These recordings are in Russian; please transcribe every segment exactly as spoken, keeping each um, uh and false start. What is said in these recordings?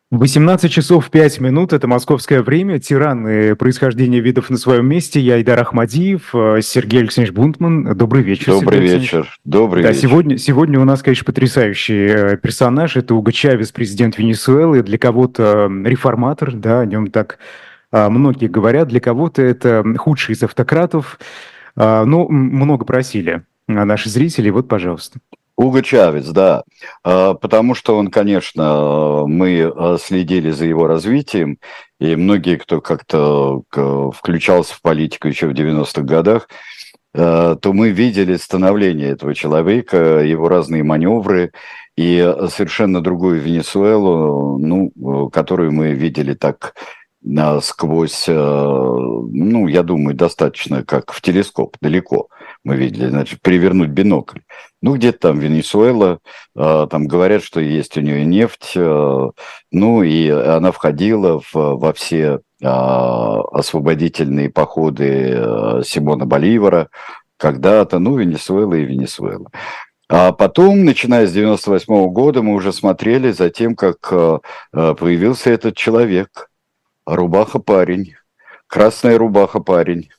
восемнадцать часов пять минут, это московское время. Тираны происхождения видов на своем месте. Я Айдар Ахмадиев, э, Сергей Алексеевич Бунтман. Добрый вечер, Добрый Сергей Алексеевич. вечер, добрый Да, вечер. сегодня, сегодня у нас, конечно, потрясающий э, персонаж. Это Уго Чавес, президент Венесуэлы. Для кого-то э, реформатор, да, о нем так э, многие говорят. Для кого-то это худший из автократов. Э, ну, м- много просили э, наши зрители. Вот, пожалуйста. Уго Чавес, да. А, потому что он, конечно, мы а, следили за его развитием, и многие, кто как-то к- включался в политику еще в девяностых годах, а, то мы видели становление этого человека, его разные маневры и совершенно другую Венесуэлу, ну, э, которую мы видели так а, сквозь, э, ну, я думаю, достаточно как в телескоп, далеко мы видели, значит, перевернуть бинокль. Ну, где-то там Венесуэла, э, там говорят, что есть у нее нефть, э, ну, и она входила в, во все э, освободительные походы э, Симона Боливара когда-то, ну, Венесуэла и Венесуэла. А потом, начиная с девяносто восьмого года, мы уже смотрели за тем, как э, э, появился этот человек, рубаха-парень, красная рубаха-парень,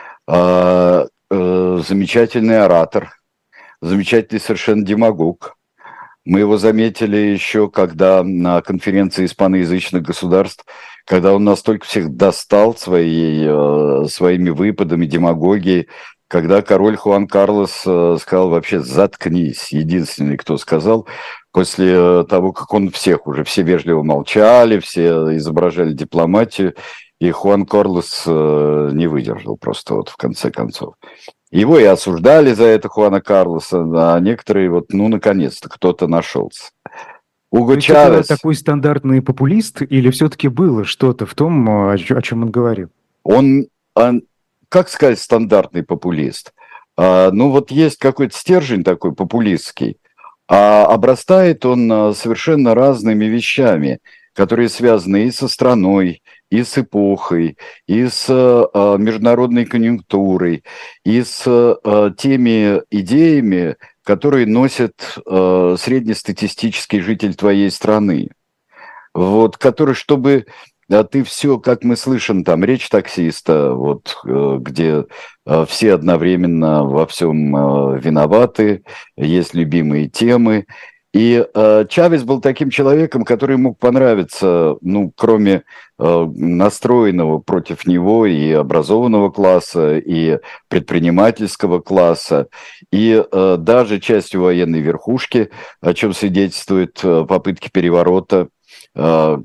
а, э, замечательный оратор, замечательный совершенно демагог. Мы его заметили еще, когда на конференции испаноязычных государств, когда он настолько всех достал своей, э, своими выпадами, демагогией, когда король Хуан Карлос э, сказал вообще «заткнись», единственный, кто сказал, после э, того, как он всех уже, все вежливо молчали, все изображали дипломатию, и Хуан Карлос э, не выдержал просто вот в конце концов. Его и осуждали за это, Хуана Карлоса, а некоторые вот, ну, наконец-то, кто-то нашелся. Уго То есть это Чавес, такой стандартный популист или все-таки было что-то в том, э, о чё- о чем он говорил? он, он, как сказать, стандартный популист? А, ну, вот есть какой-то стержень такой популистский, а обрастает он а, совершенно разными вещами, которые связаны и со страной, и с эпохой, и с а, международной конъюнктурой, и с а, теми идеями, которые носит а, среднестатистический житель твоей страны. Вот, который, чтобы а ты все, как мы слышим, там речь таксиста, вот, э, где э, все одновременно во всем э, виноваты, есть любимые темы. И э, Чавес был таким человеком, который мог понравиться, ну, кроме э, настроенного против него и образованного класса, и предпринимательского класса, и э, даже частью военной верхушки, о чем свидетельствуют э, попытки переворота э,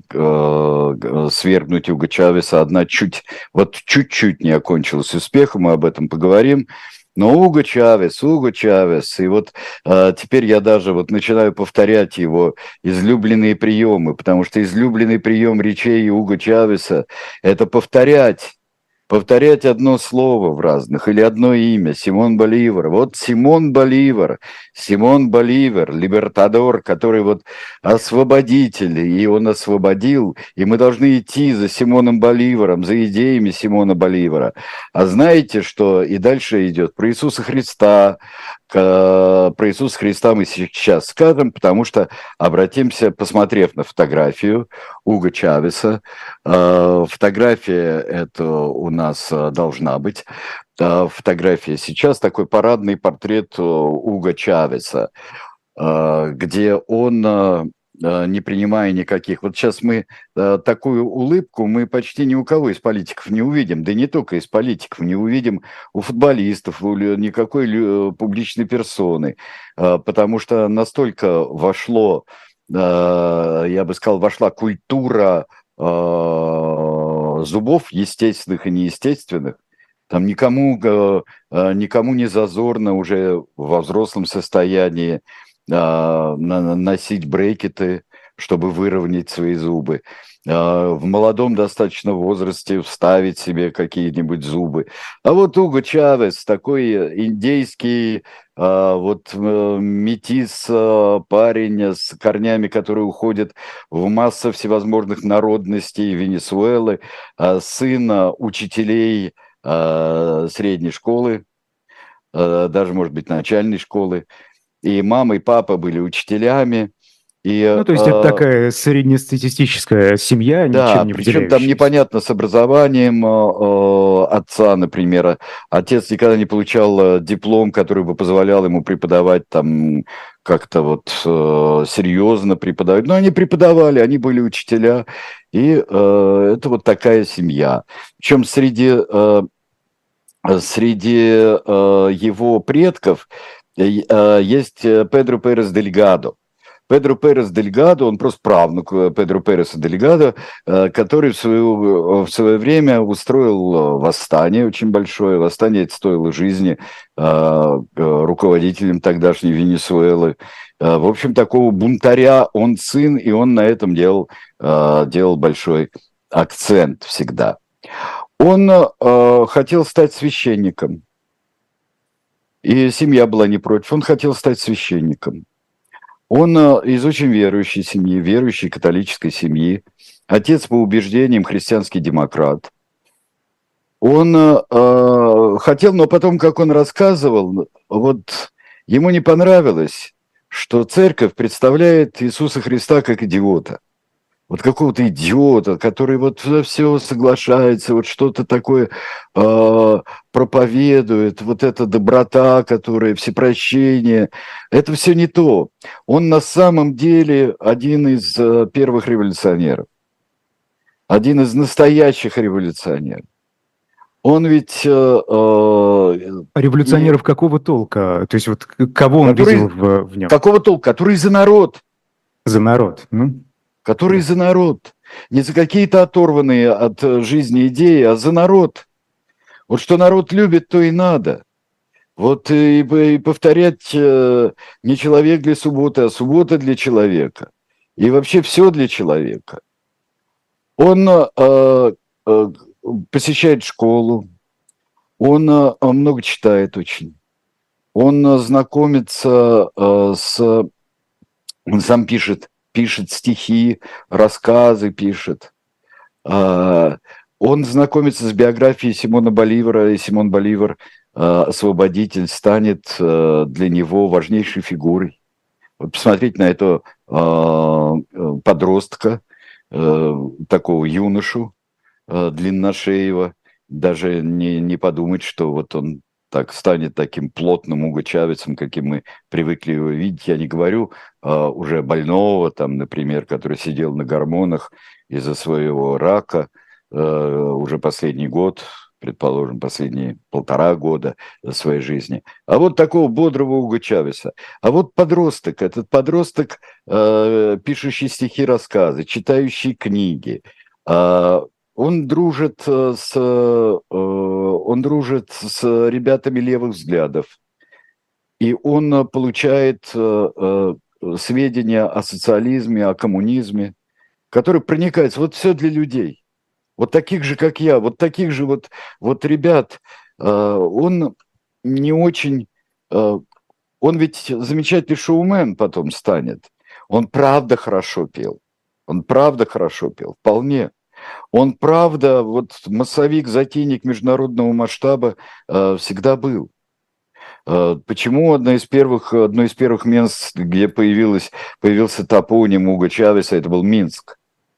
э, свергнуть Уго Чавеса. Одна чуть, вот чуть-чуть не окончилась успехом, мы об этом поговорим. Но Уго Чавес, Уго Чавес, и вот э, теперь я даже вот начинаю повторять его излюбленные приемы, потому что излюбленный прием речей Уго Чавеса – это повторять повторять одно слово в разных или одно имя. Симон Боливар. Вот Симон Боливар, Симон Боливар, либертадор, который вот освободитель, и он освободил, и мы должны идти за Симоном Боливаром, за идеями Симона Боливара. А знаете, что и дальше идет про Иисуса Христа, к- про Иисуса Христа мы сейчас скажем, потому что обратимся, посмотрев на фотографию Уго Чавеса, э, фотография это у нас э, должна быть. Э, Фотография сейчас такой парадный портрет э, Уго Чавеса, э, где он, э, э, не принимая никаких... Вот сейчас мы э, такую улыбку мы почти ни у кого из политиков не увидим, да не только из политиков, не увидим у футболистов, у лю- никакой лю- публичной персоны, э, потому что настолько вошло, э, я бы сказал, вошла культура э, зубов, естественных и неестественных. Там никому, э, э, никому не зазорно уже во взрослом состоянии а, на- носить брекеты, чтобы выровнять свои зубы. А, В молодом достаточно возрасте вставить себе какие-нибудь зубы. А вот Уго Чавес, такой индейский, а, вот э, метис, а, парень с корнями, который уходит в массу всевозможных народностей Венесуэлы, а, сын а, учителей а, средней школы, а, даже, может быть, начальной школы. И мама, и папа были учителями. И, Ну, то есть это э, такая среднестатистическая семья, да, ничем не причем там выделяющаяся. непонятно с образованием э, э, отца, например. Отец никогда не получал э, диплом, который бы позволял ему преподавать там как-то вот э, серьезно преподавать. Но они преподавали, они были учителя, и э, это вот такая семья. Причем среди, э, среди э, его предков э, э, есть э, Педро Перес Дельгадо. Педро Перес Дельгадо, он просто правнук э, Педро Переса Дельгадо, э, который в, свою, в свое время устроил э, восстание очень большое. Восстание это стоило жизни э, э, руководителям тогдашней Венесуэлы. Э, В общем, такого бунтаря он сын, и он на этом делал, э, делал большой акцент всегда. Он э, хотел стать священником, и семья была не против. Он хотел стать священником. Он э, из очень верующей семьи, верующей католической семьи. Отец по убеждениям христианский демократ. Он э, э, хотел, но потом, как он рассказывал, вот ему не понравилось, что церковь представляет Иисуса Христа как идиота. Вот какого-то идиота, который вот за все соглашается, вот что-то такое э, проповедует, вот эта доброта, которая, всепрощение, это все не то. Он на самом деле один из э, первых революционеров, один из настоящих революционеров. Он ведь э, э, и Революционеров какого толка? То есть вот к- кого он видел который в, в нем? какого толка, который за народ, За народ. Ну, который да. за народ, не за какие-то оторванные от э, жизни идеи, а за народ. Вот что народ любит, то и надо. Вот и, и повторять э, не человек для субботы, а суббота для человека. И вообще все для человека. Он э, э, посещает школу, он э, много читает очень. Он э, знакомится э, с... Он сам пишет, пишет стихи, рассказы пишет. А, Он знакомится с биографией Симона Боливара, и Симон Боливар, а, освободитель, станет а, для него важнейшей фигурой. Вот посмотреть на этого а, подростка, а, такого юношу, а, длинношеего, даже не, не подумать, что вот он так станет таким плотным Уго Чавесом, каким мы привыкли его видеть. Я не говорю а, уже больного, там, например, который сидел на гормонах из-за своего рака э, уже последний год, предположим, последние полтора года своей жизни. А вот такого бодрого Уго Чавеса. А вот подросток, этот подросток, э, пишущий стихи, рассказы, читающий книги, э, он дружит э, с, э, он дружит с ребятами левых взглядов, и он э, получает э, э, сведения о социализме, о коммунизме, который проникается. Вот все для людей. Вот таких же, как я, вот таких же вот, вот ребят. Э, он не очень... э, Он ведь замечательный шоумен потом станет. Он правда хорошо пел. Он правда хорошо пел, вполне. Он правда, вот массовик, затейник международного масштаба э, всегда был. Э, Почему одно из первых, одно из первых мест, где появилось, появился топоним Уго Чавеса, это был Минск?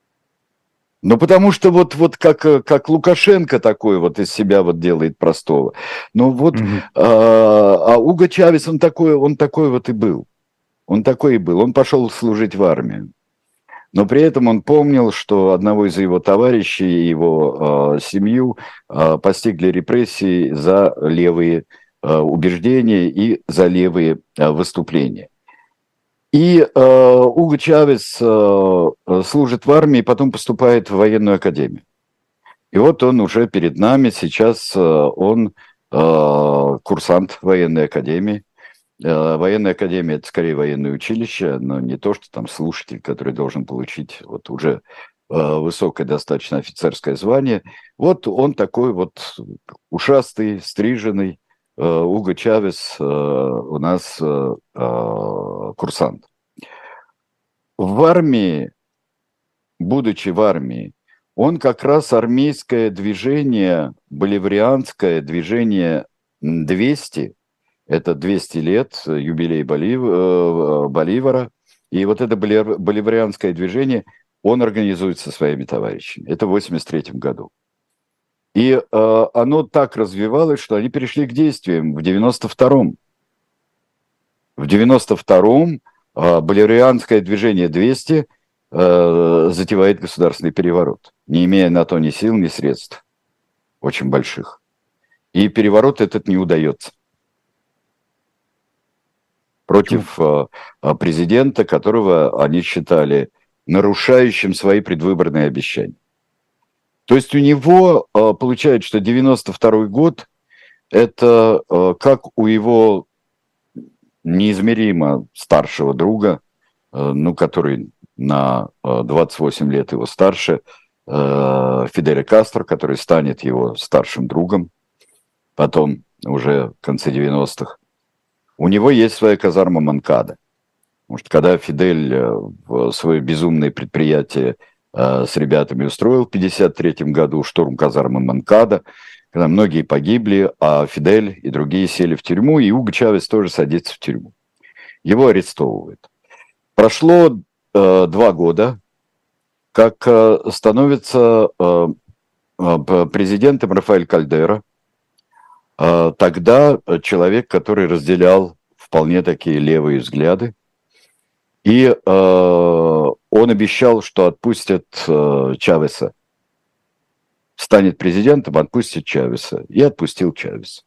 Ну, потому что вот, вот как, э, как Лукашенко такой вот из себя вот делает простого. Ну, вот, Мгм. а, а Уго Чавес, он такой, он такой вот и был. Он такой и был. Он пошел служить в армию. Но при этом он помнил, что одного из его товарищей, его э, семью э, постигли репрессии за левые э, убеждения и за левые э, выступления. И э, Уго Чавес э, служит в армии, потом поступает в военную академию. И вот он уже перед нами сейчас, э, он э, курсант военной академии. Э, Военная академия – это скорее военное училище, но не то, что там слушатель, который должен получить вот уже э, высокое достаточно офицерское звание. Вот он такой вот ушастый, стриженный э, Уго Чавес э, у нас э, э, курсант. В армии, будучи в армии, он как раз армейское движение, боливарианское движение двести, это двести лет, юбилей Болив... э, Боливара, И вот это боливар- боливарианское движение он организует со своими товарищами. Это в восемьдесят третьем году. И э, оно так развивалось, что они перешли к действиям в девяносто втором. В девяносто втором э, боливарианское движение двести э, затевает государственный переворот, не имея на то ни сил, ни средств очень больших. И переворот этот не удается. Против э, президента, которого они считали нарушающим свои предвыборные обещания. То есть у него э, получается, что девяносто второй год – это э, как у его неизмеримо старшего друга, э, ну, который на э, двадцать восемь лет его старше, э, Фиделя Кастро, который станет его старшим другом, потом уже в конце девяностых. У него есть своя казарма Монкада. Может, когда Фидель э, в свое безумное предприятие э, с ребятами устроил в пятьдесят третьем году штурм казармы Монкада, когда многие погибли, а Фидель и другие сели в тюрьму, и Уго Чавес тоже садится в тюрьму. Его арестовывают. Прошло э, два года, как э, становится э, э, президентом Рафаэль Кальдера, э, тогда человек, который разделял вполне такие левые взгляды, и э, он обещал, что отпустят э, Чавеса, станет президентом, отпустит Чавеса. И отпустил Чавеса.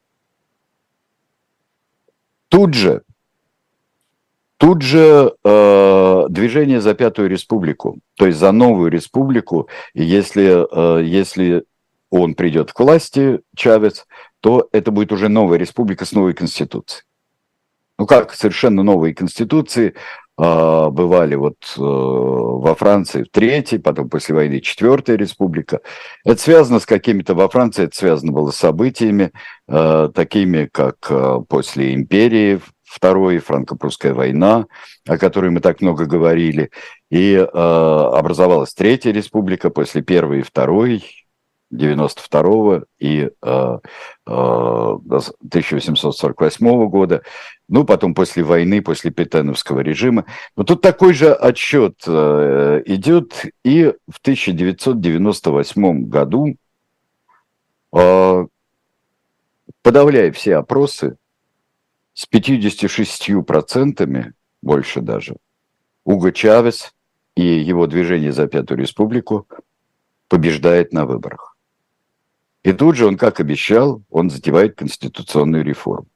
Тут же, тут же э, движение за Пятую Республику, то есть за Новую Республику, и если, э, если он придет к власти, Чавес, то это будет уже новая республика с новой конституцией. Ну как совершенно новые конституции э, бывали вот э, во Франции в третьей, потом после войны четвертая республика. Это связано с какими-то, во Франции это связано было с событиями, э, такими как э, после империи, Второй франко-прусская война, о которой мы так много говорили, и э, образовалась Третья республика после Первой и Второй, девяносто второго и э, э, тысяча восемьсот сорок восьмого года, ну, потом после войны, после Петеновского режима. Но тут такой же отсчет э, идет, и в тысяча девятьсот девяносто восьмом году, э, подавляя все опросы, с пятьюдесятью шестью процентами, больше даже, Уго Чавес и его движение за Пятую Республику побеждает на выборах. И тут же он, как обещал, он затевает конституционную реформу.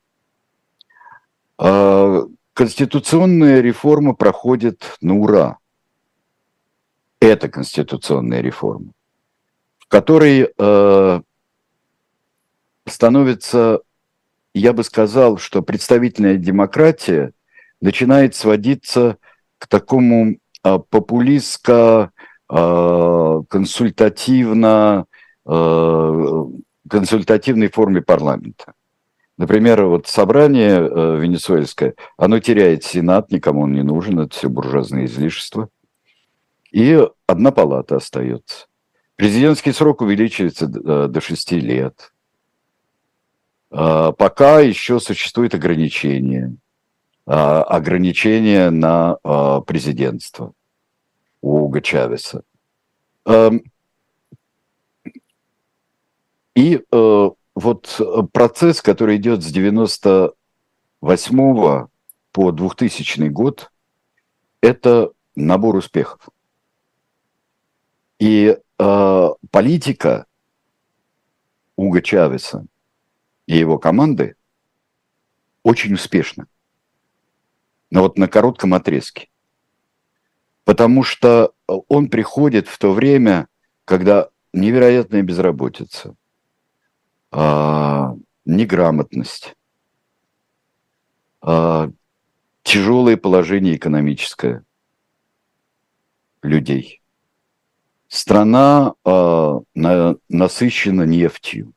А конституционная реформа проходит на ура. Это конституционная реформа, в которой э, становится, я бы сказал, что представительная демократия начинает сводиться к такому э, популистско-консультативно э, консультативной форме парламента. Например, вот собрание э, венесуэльское, оно теряет сенат, никому он не нужен, это все буржуазные излишества. И одна палата остается. Президентский срок увеличивается э, до шести лет. Э, пока еще существует ограничение. Э, ограничение на э, президентство у Уго Чавеса. Э, и э, вот процесс, который идет с девяносто восьмого по двухтысячный год, это набор успехов. И э, политика Уго Чавеса и его команды очень успешна. Но вот на коротком отрезке. Потому что он приходит в то время, когда невероятная безработица, неграмотность, тяжелое положение экономическое людей. Страна насыщена нефтью.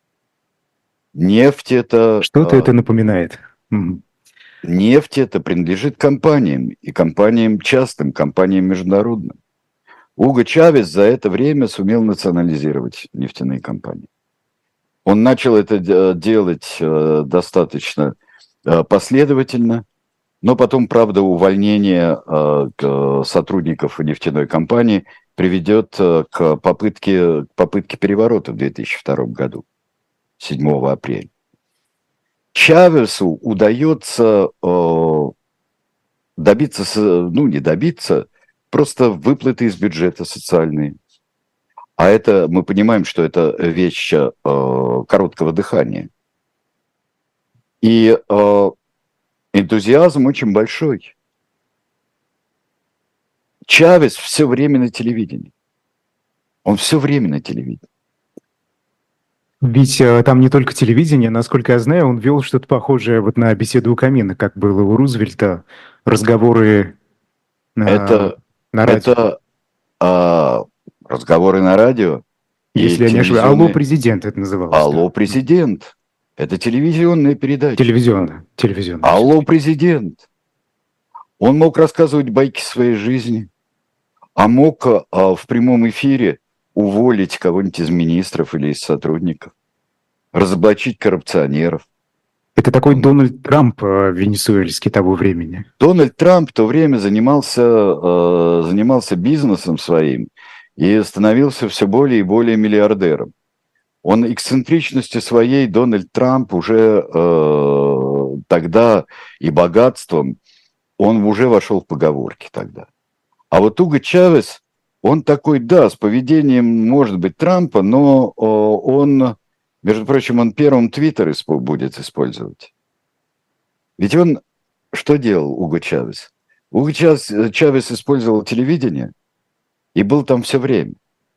Нефть это... Что-то это напоминает. Нефть это принадлежит компаниям, и компаниям частным, компаниям международным. Уго Чавес за это время сумел национализировать нефтяные компании. Он начал это делать достаточно последовательно, Но потом, правда, увольнение э, сотрудников нефтяной компании приведет э, к попытке, к попытке переворота в две тысячи втором году, седьмого апреля. Чавесу удается э, добиться, ну не добиться, просто выплаты из бюджета социальные. А это, мы понимаем, что это вещь э, короткого дыхания. И э, энтузиазм очень большой. Чавес все время на телевидении. Он все время на телевидении. Ведь э, там не только телевидение, насколько я знаю, он вел что-то похожее вот на беседу у камина, как было у Рузвельта, разговоры на, Это, на радио. это а, разговоры на радио и Если я не ошибаюсь. «Алло, телевизионные... президент» это называлось, да. Алло, президент. Это телевизионная передача. Телевизионно, телевизионно Алло, все-таки. президент. Он мог рассказывать байки своей жизни, а мог а, в прямом эфире уволить кого-нибудь из министров или из сотрудников, разоблачить коррупционеров. Это такой Он... Дональд Трамп э, венесуэльский того времени. Дональд Трамп в то время занимался, э, занимался бизнесом своим и становился все более и более миллиардером. Он эксцентричностью своей, Дональд Трамп, уже э, тогда и богатством, он уже вошел в поговорки тогда. А вот Уго Чавес, он такой, да, с поведением, может быть, Трампа, но э, он, между прочим, он первым Твиттер исп- будет использовать. Ведь он что делал, Уго Чавес? Уго Чавес, Чавес использовал телевидение и был там все время.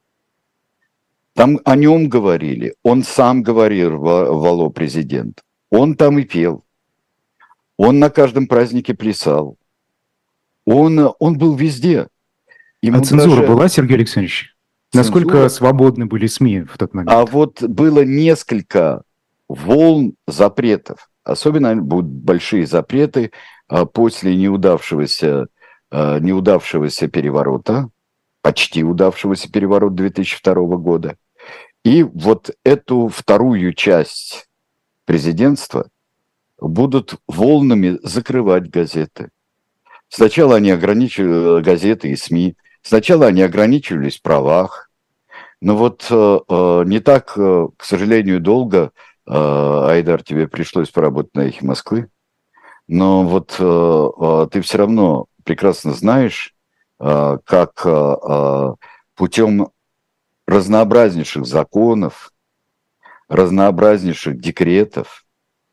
Там о нем говорили, он сам говорил в «Алло, президент». Он там и пел, он на каждом празднике плясал, он, он был везде. А Ему цензура даже была, Сергей Александрович? Насколько цензура... свободны были СМИ в тот А момент? вот было несколько волн запретов. Особенно будут большие запреты а, после неудавшегося, а, неудавшегося переворота, почти удавшегося переворота две тысячи второго года. И вот эту вторую часть президентства будут волнами закрывать газеты. Сначала они ограничивали газеты и СМИ, сначала они ограничивались в правах, но вот э, э, не так, э, к сожалению, долго, э, Айдар, тебе пришлось поработать на «Эхе Москвы», но вот э, э, ты все равно прекрасно знаешь, э, как э, э, путем разнообразнейших законов, разнообразнейших декретов,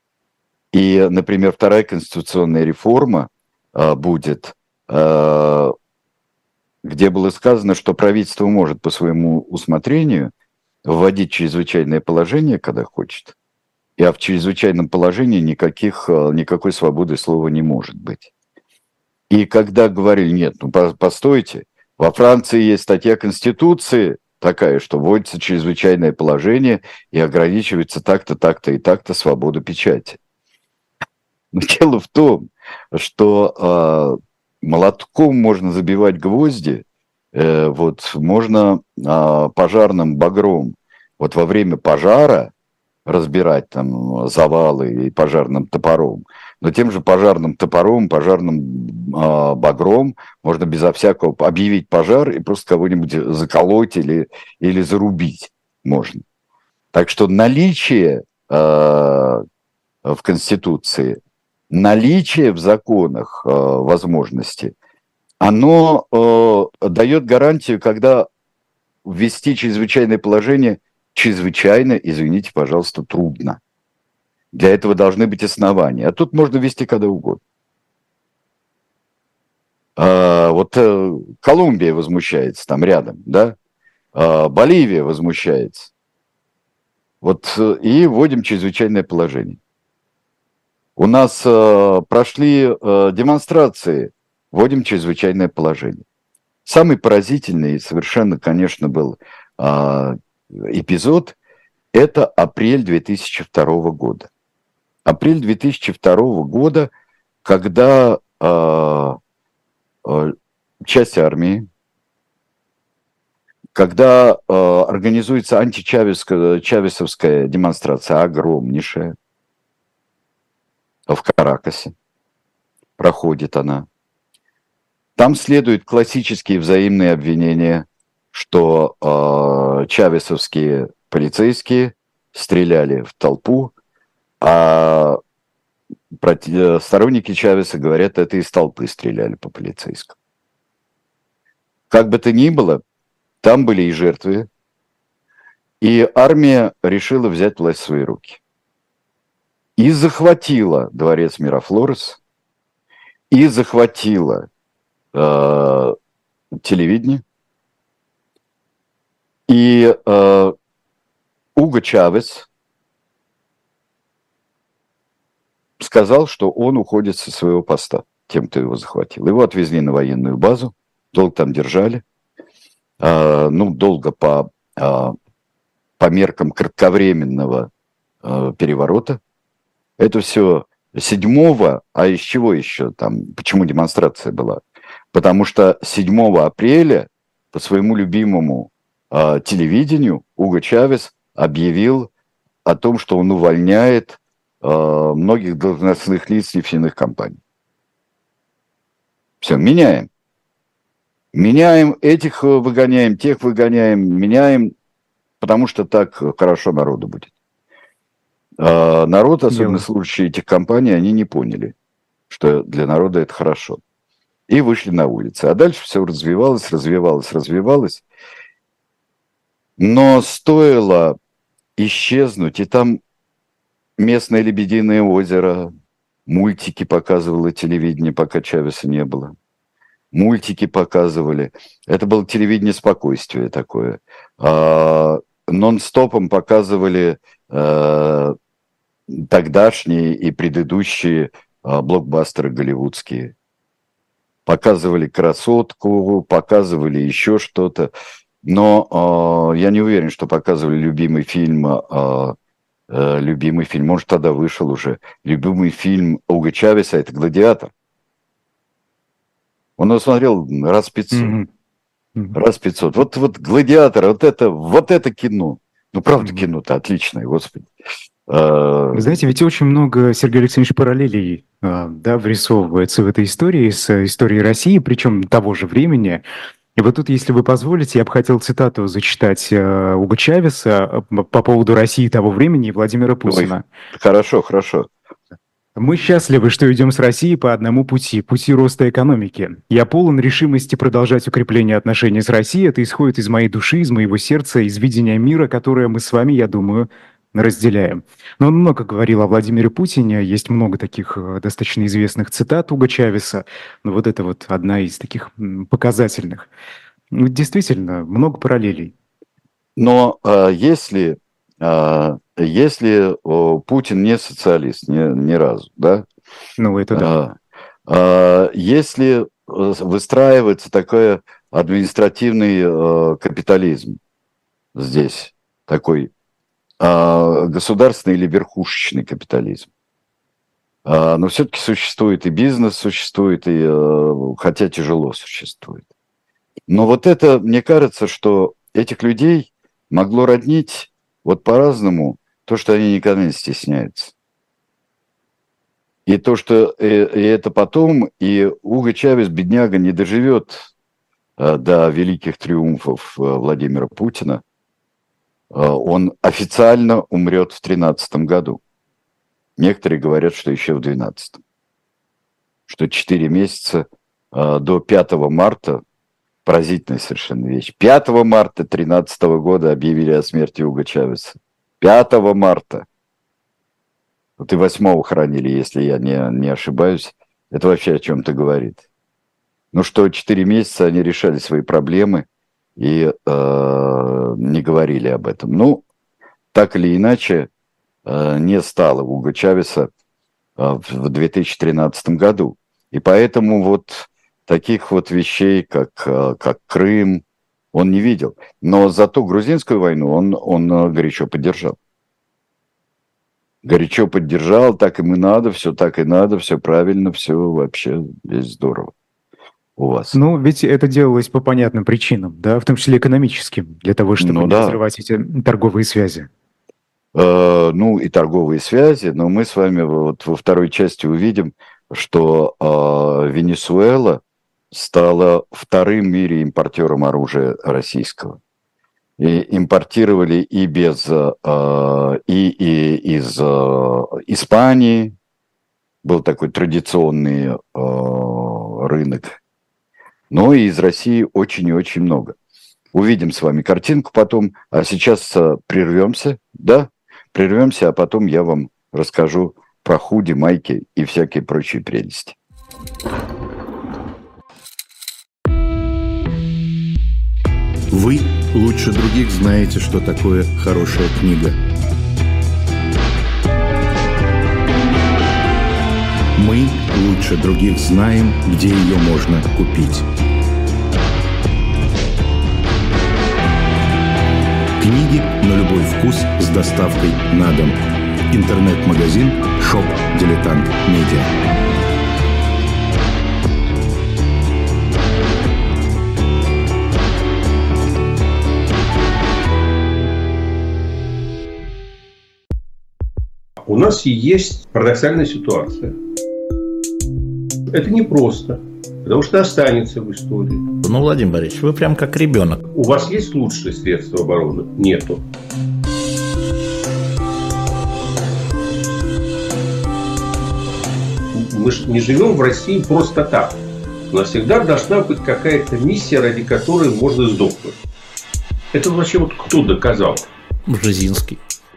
и, например, вторая конституционная реформа э, будет, э, где было сказано, что правительство может по своему усмотрению вводить чрезвычайное положение, когда хочет, и а в чрезвычайном положении никаких, никакой свободы слова не может быть. И когда говорили, нет, ну постойте, во Франции есть статья Конституции такая, что вводится чрезвычайное положение и ограничивается так-то, так-то и так-то свобода печати. Но дело в том, что э, молотком можно забивать гвозди, э, вот можно э, пожарным багром, вот во время пожара разбирать там завалы и пожарным топором, но тем же пожарным топором, пожарным э, багром можно безо всякого объявить пожар и просто кого-нибудь заколоть или, или зарубить можно. Так что наличие э, в Конституции, наличие в законах э, возможности, оно э, дает гарантию, когда ввести чрезвычайное положение чрезвычайно, извините, пожалуйста, трудно. Для этого должны быть основания. А тут можно ввести когда угодно. А, вот э, Колумбия возмущается там рядом, да? А, Боливия возмущается. Вот э, и вводим чрезвычайное положение. У нас э, прошли э, демонстрации, вводим чрезвычайное положение. Самый поразительный совершенно, конечно, был э, эпизод – это апрель две тысячи второго года. Апрель две тысячи второго года, когда э, э, часть армии, когда э, организуется античавесовская демонстрация, огромнейшая, в Каракасе. проходит она. Там следуют классические взаимные обвинения, что э, чавесовские полицейские стреляли в толпу, а проти- сторонники Чавеса говорят, это из толпы стреляли по полицейскому. Как бы то ни было, там были и жертвы, и армия решила взять власть в свои руки. И захватила дворец Мирафлорес, и захватила э, телевидение. И э, Уго Чавес сказал, что он уходит со своего поста, тем, кто его захватил. Его отвезли на военную базу, долго там держали. Э, ну, долго по, э, по меркам кратковременного э, переворота. Это все седьмого, а из чего еще там, почему демонстрация была? Потому что седьмого апреля по своему любимому э, телевидению Уго Чавес объявил о том, что он увольняет э, многих должностных лиц нефтяных компаний. Все, меняем. Меняем, этих выгоняем, тех выгоняем, меняем, потому что так хорошо народу будет. Э, народ, особенно Дело. служащие этих компаний, они не поняли, что для народа это хорошо. И вышли на улицы. А дальше все развивалось, развивалось, развивалось. Но стоило исчезнуть, и там местное Лебединое озеро, мультики показывало телевидение, пока Чавеса не было. Мультики показывали. Это было телевидение спокойствия такое. А, нон-стопом показывали а, тогдашние и предыдущие а, блокбастеры голливудские. Показывали «Красотку», показывали еще что-то. Но э, я не уверен, что показывали любимый фильм, э, э, любимый фильм, может, тогда вышел уже, любимый фильм Уго Чавеса, это «Гладиатор». Он его смотрел раз пятьсот. Мгм. Мгм. Раз пятьсот. Вот, вот «Гладиатор», вот это, вот это кино. Ну, правда, Мгм. кино-то отличное, господи. Э, Вы знаете, ведь очень много, Сергей Алексеевич, параллелей а, да, врисовывается в этой истории с э, историей России, причем того же времени. И вот тут, если вы позволите, я бы хотел цитату зачитать э, Уго Чавеса э, по поводу России того времени и Владимира ой, Путина. хорошо, хорошо. Мы счастливы, что идем с Россией по одному пути, пути роста экономики. Я полон решимости продолжать укрепление отношений с Россией. Это исходит из моей души, из моего сердца, из видения мира, которое мы с вами, я думаю, разделяем. Но он много говорил о Владимире Путине. Есть много таких э, достаточно известных цитат Уго Чавеса. Но вот это вот одна из таких м, показательных. Ну, действительно, много параллелей. Но э, если, э, если о, Путин не социалист ни, ни разу, да, Ну, это да. а, а, если э, выстраивается такой административный э, капитализм здесь, такой а, государственный или верхушечный капитализм, а, но все-таки существует и бизнес, существует, и, э, хотя тяжело существует. Но вот это, мне кажется, что этих людей могло роднить вот по-разному то, что они никогда не стесняются. И то, что и, и это потом, и Уго Чавес, бедняга, не доживет э, до великих триумфов э, Владимира Путина. Э, он официально умрет в тринадцатом году. Некоторые говорят, что еще в двенадцатом. Что четыре месяца э, до пятого марта, поразительная совершенно вещь, пятого марта тринадцатого года объявили о смерти Уго Чавеса. пятого марта. Вот и восьмого хоронили, если я не, не ошибаюсь. Это вообще о чем-то говорит. Ну что, четыре месяца они решали свои проблемы и э, не говорили об этом. Ну, так или иначе, э, не стало Уго Чавеса э, в две тысячи тринадцатом году. И поэтому вот таких вот вещей, как, э, как Крым, он не видел. Но зато грузинскую войну он, он горячо поддержал. Горячо поддержал, так им и надо, все так и надо, все правильно, все вообще здесь здорово у вас. Ну, ведь это делалось по понятным причинам, да, в том числе экономическим, для того, чтобы Ну не да, разрывать эти торговые связи. э, ну и торговые связи, но мы с вами вот во второй части увидим, что э, Венесуэла стала вторым в мире импортером оружия российского. И импортировали и, без, э, и, и из э, Испании, был такой традиционный э, рынок, но и из России очень и очень много. Увидим с вами картинку потом, а сейчас э, прервемся, да, прервемся, а потом я вам расскажу про худи, майки и всякие прочие прелести. Вы лучше других знаете, что такое хорошая книга. Мы лучше других знаем, где ее можно купить. Книги на любой вкус с доставкой на дом. Интернет-магазин Shop Дилетант Медиа. У нас есть парадоксальная ситуация. Это непросто, потому что останется в истории. Ну, Владимир Борисович, вы прям как ребенок. У вас есть лучшие средства обороны? Нету. Мы же не живем в России просто так. У нас всегда должна быть какая-то миссия, ради которой можно сдохнуть. Это вообще вот кто доказал? Бжезинский.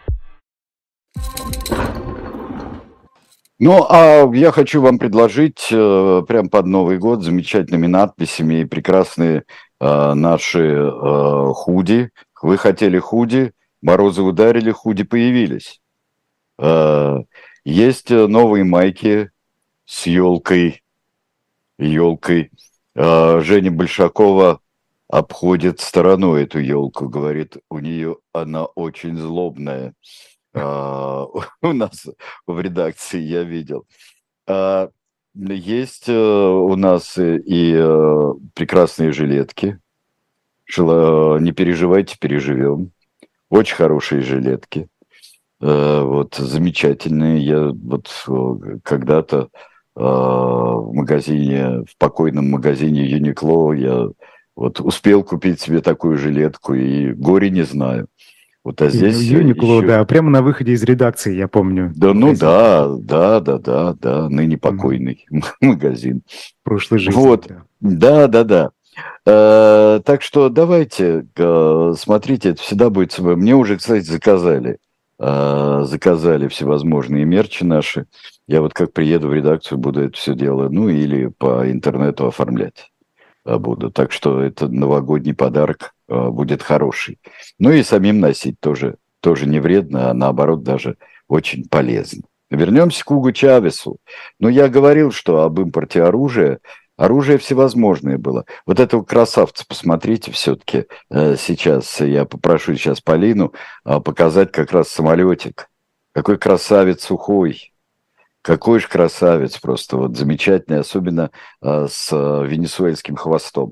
Ну, а я хочу вам предложить э, прямо под Новый год замечательными надписями и прекрасные э, наши э, худи. Вы хотели худи, морозы ударили, худи появились. Э, есть новые майки с елкой. Елкой. Э, Женя Большакова обходит стороной эту елку, говорит, у нее она очень злобная. Uh, у нас в редакции я видел. Uh, есть uh, у нас и uh, прекрасные жилетки. Шила, не переживайте, переживем. Очень хорошие жилетки. Uh, вот замечательные. Я вот uh, когда-то uh, в магазине, в покойном магазине Юникло я вот успел купить себе такую жилетку и горе не знаю. Вот, а здесь Юникло, еще... да, прямо на выходе из редакции, я помню. Да, ну да, да, да, да, да, ныне покойный mm-hmm. магазин. Прошлой жизни. Вот, да, да, да. Э, так что давайте, э, смотрите, это всегда будет... Мне уже, кстати, заказали, э, заказали всевозможные мерчи наши. Я вот как приеду в редакцию, буду это все дело, ну или по интернету оформлять буду. Так что это новогодний подарок э, будет хороший. Ну и самим носить тоже, тоже не вредно, а наоборот даже очень полезно. Вернемся к Уго Чавесу. Ну, я говорил, что об импорте оружия. Оружие всевозможное было. Вот этого красавца посмотрите все-таки э, сейчас. Я попрошу сейчас Полину э, показать как раз самолетик. Какой красавец сухой. Какой же красавец, просто вот замечательный, особенно а, с а, венесуэльским хвостом.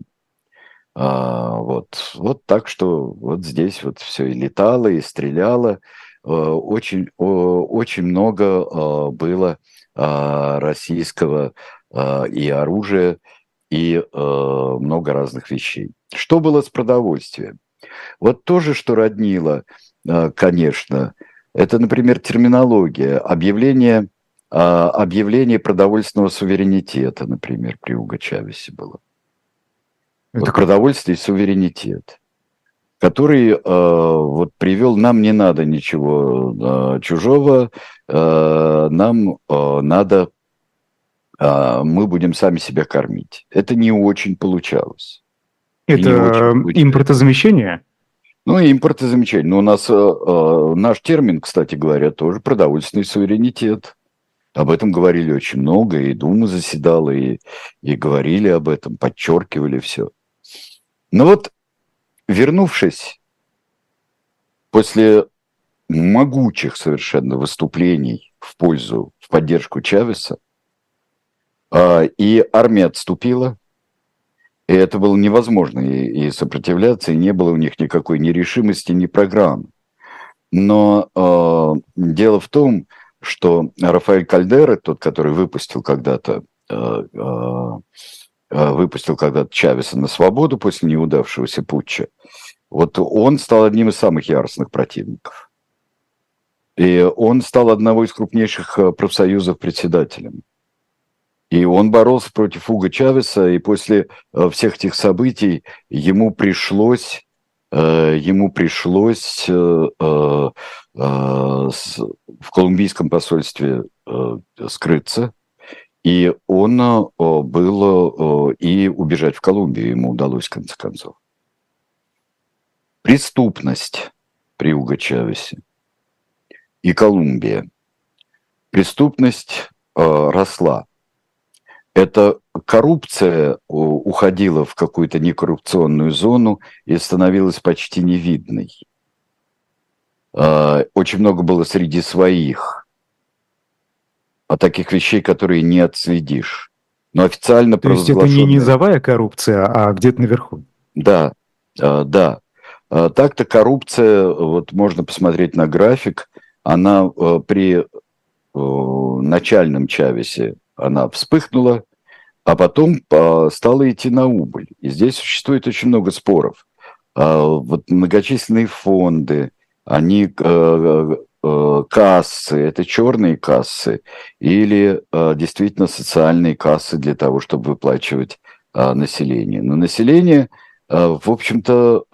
А, вот, вот так что вот здесь вот все и летало, и стреляло. А, очень, о, очень много а, было а, российского а, и оружия, и а, много разных вещей. Что было с продовольствием? Вот то же, что роднило, а, конечно, это, например, терминология, объявление... Объявление продовольственного суверенитета, например, при Уго Чавесе было. Это вот продовольствие и суверенитет, который э, вот привел, нам не надо ничего э, чужого, э, нам э, надо, э, мы будем сами себя кормить. Это не очень получалось. Это очень импортозамещение? Ну, импортозамещение. Но у нас э, наш термин, кстати говоря, тоже продовольственный суверенитет. Об этом говорили очень много, и Дума заседала, и, и говорили об этом, подчеркивали все. Но вот, вернувшись после могучих совершенно выступлений в пользу, в поддержку Чавеса, и армия отступила, и это было невозможно и, и сопротивляться, и не было у них никакой ни решимости, ни программы. Но э, дело в том, что Рафаэль Кальдера, тот, который выпустил когда-то э, э, выпустил когда-то Чавеса на свободу после неудавшегося путча, вот он стал одним из самых яростных противников. И он стал одного из крупнейших профсоюзов председателем. И он боролся против Уго Чавеса, и после всех этих событий ему пришлось, ему пришлось в колумбийском посольстве скрыться, и он был и убежать в Колумбию ему удалось в конце концов. Преступность при Уго Чавесе и Колумбия. Преступность росла. Эта коррупция уходила в какую-то некоррупционную зону и становилась почти невидной. Очень много было среди своих, а таких вещей, которые не отследишь. Но официально провозглашенная... То есть это не низовая коррупция, а где-то наверху? Да, да. Так-то коррупция, вот можно посмотреть на график, она при начальном Чавесе она вспыхнула, а потом стала идти на убыль. И здесь существует очень много споров. Вот многочисленные фонды, они кассы, это черные кассы, или действительно социальные кассы для того, чтобы выплачивать население. Но население, в общем-то,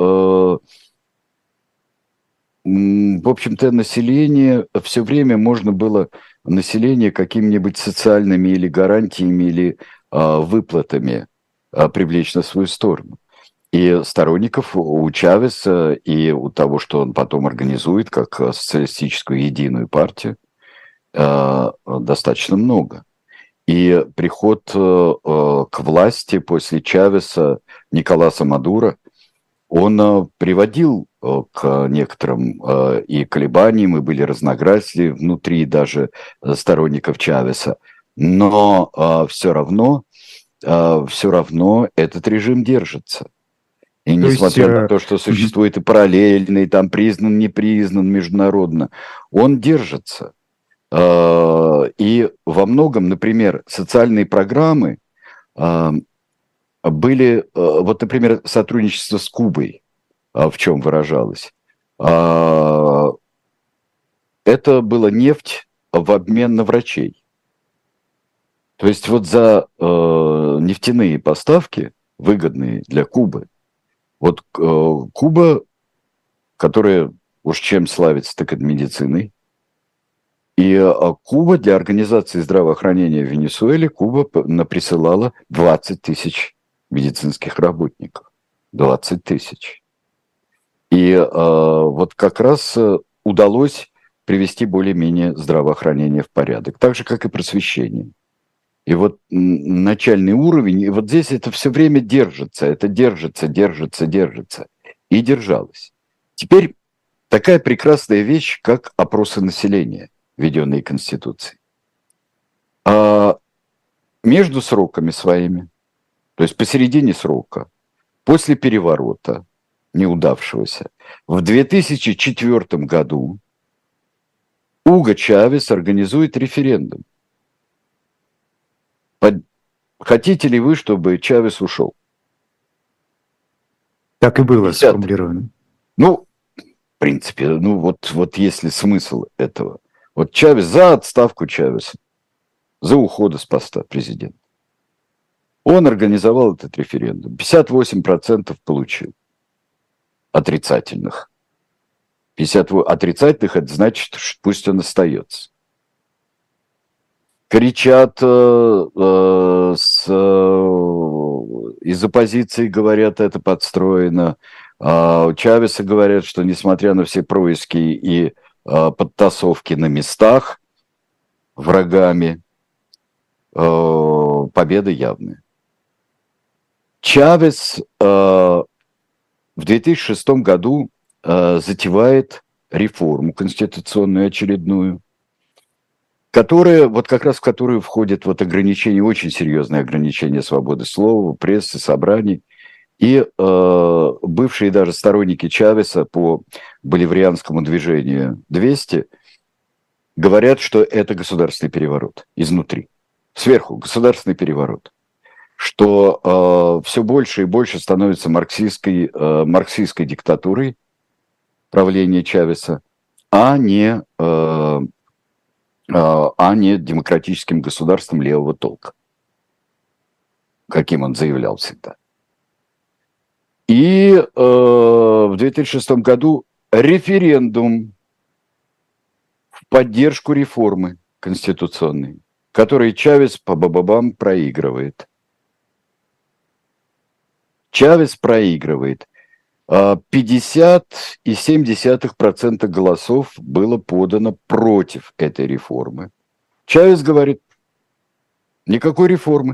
в общем-то, население все время можно было население какими-нибудь социальными или гарантиями, или а, выплатами а, привлечь на свою сторону. И сторонников у Чавеса и у того, что он потом организует как социалистическую единую партию, а, достаточно много. И приход а, к власти после Чавеса Николаса Мадуро, он а, приводил к некоторым э, и колебаниям, и были разногласия внутри даже сторонников Чавеса. Но э, все равно, э, все равно этот режим держится. И то несмотря есть, на то, что существует и параллельный, там признан, не признан международно, он держится. Э, и во многом, например, социальные программы э, были, э, вот, например, сотрудничество с Кубой, в чем выражалось. Это была нефть в обмен на врачей. То есть вот за нефтяные поставки, выгодные для Кубы, вот Куба, которая уж чем славится, так это медициной, и Куба для организации здравоохранения в Венесуэле, Куба присылала двадцать тысяч медицинских работников. двадцать тысяч. И э, вот как раз удалось привести более-менее здравоохранение в порядок, так же, как и просвещение. И вот начальный уровень, и вот здесь это все время держится, это держится, держится, держится. И держалось. Теперь такая прекрасная вещь, как опросы населения, введенные Конституцией. А между сроками своими, то есть посередине срока, после переворота, неудавшегося, в две тысячи четвёртом году Уго Чавес организует референдум. Под... Хотите ли вы, чтобы Чавес ушел? Так и было сформулировано. Ну, в принципе, ну вот, вот если смысл этого. Вот Чавес за отставку Чавеса, за уход с поста президента. Он организовал этот референдум. пятьдесят восемь процентов получил. Отрицательных. пятьдесят отрицательных, это значит, что пусть он остается. Кричат э, э, с, э, из оппозиции, говорят, это подстроено. А у Чавеса говорят, что несмотря на все происки и э, подтасовки на местах врагами, э, победа явная. Чавес э, в две тысячи шестом году э, затевает реформу конституционную очередную, которая, вот как раз в которую входит вот ограничение, очень серьезное ограничение свободы слова, прессы, собраний. И э, бывшие даже сторонники Чавеса по боливарианскому движению двести говорят, что это государственный переворот изнутри. Сверху государственный переворот. Что э, все больше и больше становится марксистской, э, марксистской диктатурой правления Чавеса, а не, э, э, а не демократическим государством левого толка, каким он заявлял всегда. И э, в две тысячи шестом году референдум в поддержку реформы конституционной, который Чавес по бабабам проигрывает. Чавес проигрывает. пятьдесят целых семь десятых процента голосов было подано против этой реформы. Чавес говорит, никакой реформы.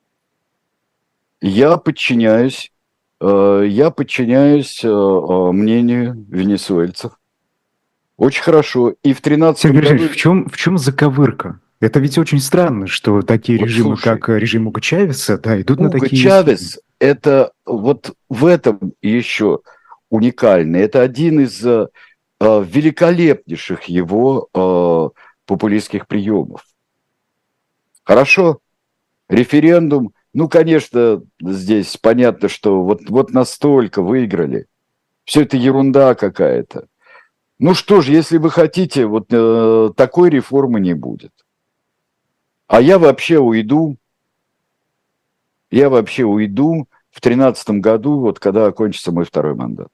Я подчиняюсь, я подчиняюсь мнению венесуэльцев. Очень хорошо. И в тринадцатом Сергей году... Алексеевич, в чем, в чем заковырка? Это ведь очень странно, что такие Вот режимы, слушай, как режим Уго Чавеса, да, идут на Уго такие... Чавес, это вот в этом еще уникально. Это один из э, великолепнейших его э, популистских приемов. Хорошо, референдум, ну, конечно, здесь понятно, что вот, вот настолько выиграли. Все это ерунда какая-то. Ну что ж, если вы хотите, вот э, такой реформы не будет. А я вообще уйду, я вообще уйду в тринадцатом году, вот когда окончится мой второй мандат.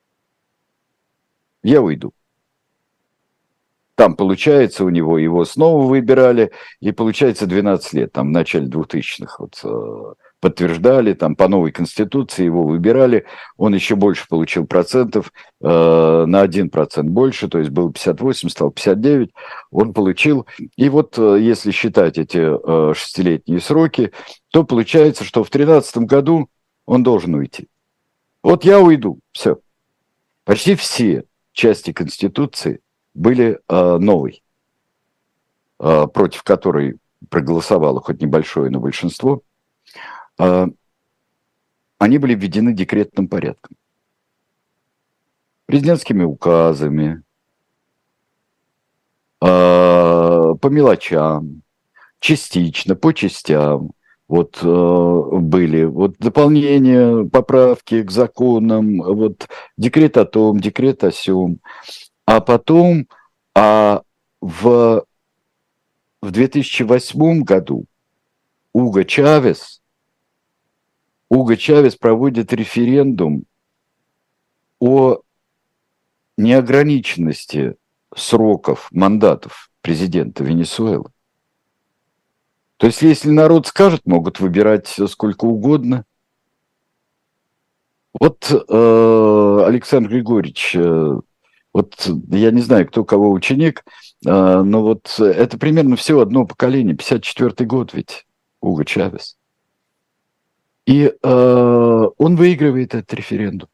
Я уйду. Там, получается, у него его снова выбирали, и получается двенадцать лет, там в начале двухтысячных вот, э, подтверждали, там по новой конституции его выбирали, он еще больше получил процентов, э, на один процент больше, то есть было пятьдесят восемь, стало пятьдесят девять, он получил. И вот э, если считать эти э, шестилетние сроки, то получается, что в тринадцатом году он должен уйти. Вот я уйду, все. Почти все части Конституции были э, новой, э, против которой проголосовало хоть небольшое, но большинство, э, они были введены декретным порядком. Президентскими указами, э, по мелочам, частично, по частям. Вот э, были вот дополнения, поправки к законам, вот декрет о том, декрет о сём. А потом а в, в две тысячи восьмом году Уго Чавес, Уго Чавес проводит референдум о неограниченности сроков мандатов президента Венесуэлы. То есть, если народ скажет, могут выбирать сколько угодно. Вот, э, Александр Григорьевич, э, вот я не знаю, кто кого ученик, э, но вот это примерно всего одно поколение, пятьдесят четвёртый год ведь, Уго Чавес. И э, он выигрывает этот референдум.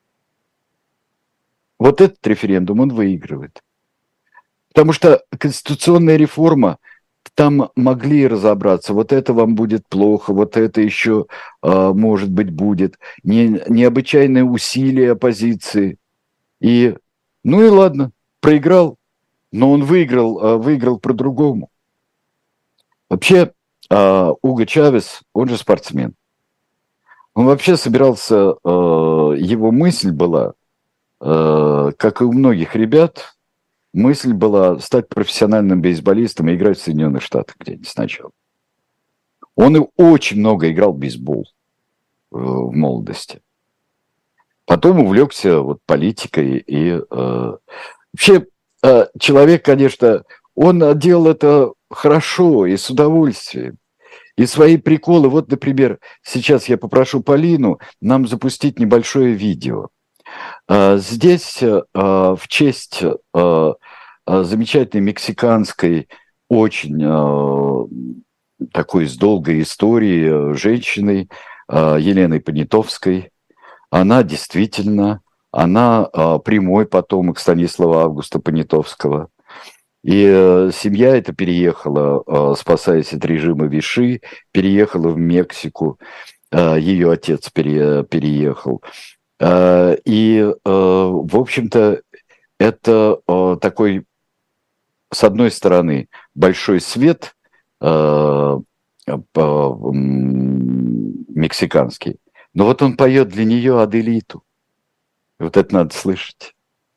Вот этот референдум он выигрывает. Потому что конституционная реформа, там могли разобраться, вот это вам будет плохо, вот это еще, э, может быть, будет. Не, необычайные усилия оппозиции. И, ну и ладно, проиграл, но он выиграл, э, выиграл по-другому. Вообще, э, Уго Чавес, он же спортсмен. Он вообще собирался, э, его мысль была, э, как и у многих ребят, мысль была стать профессиональным бейсболистом и играть в Соединенных Штатах где-нибудь сначала. Он и очень много играл в бейсбол э, в молодости. Потом увлекся вот политикой. И э, вообще э, человек, конечно, он делал это хорошо и с удовольствием. И свои приколы. Вот, например, сейчас я попрошу Полину нам запустить небольшое видео. Э, здесь э, в честь... Э, замечательной мексиканской, очень э, такой с долгой историей женщиной э, Еленой Понятовской. Она действительно, она э, прямой потомок Станислава Августа Понятовского. И э, семья эта переехала, э, спасаясь от режима Виши, переехала в Мексику. Э, ее отец пере, переехал. Э, и, э, в общем-то, это э, такой с одной стороны, большой свет э, по, м, мексиканский, но вот он поет для нее Аделиту. Вот это надо слышать.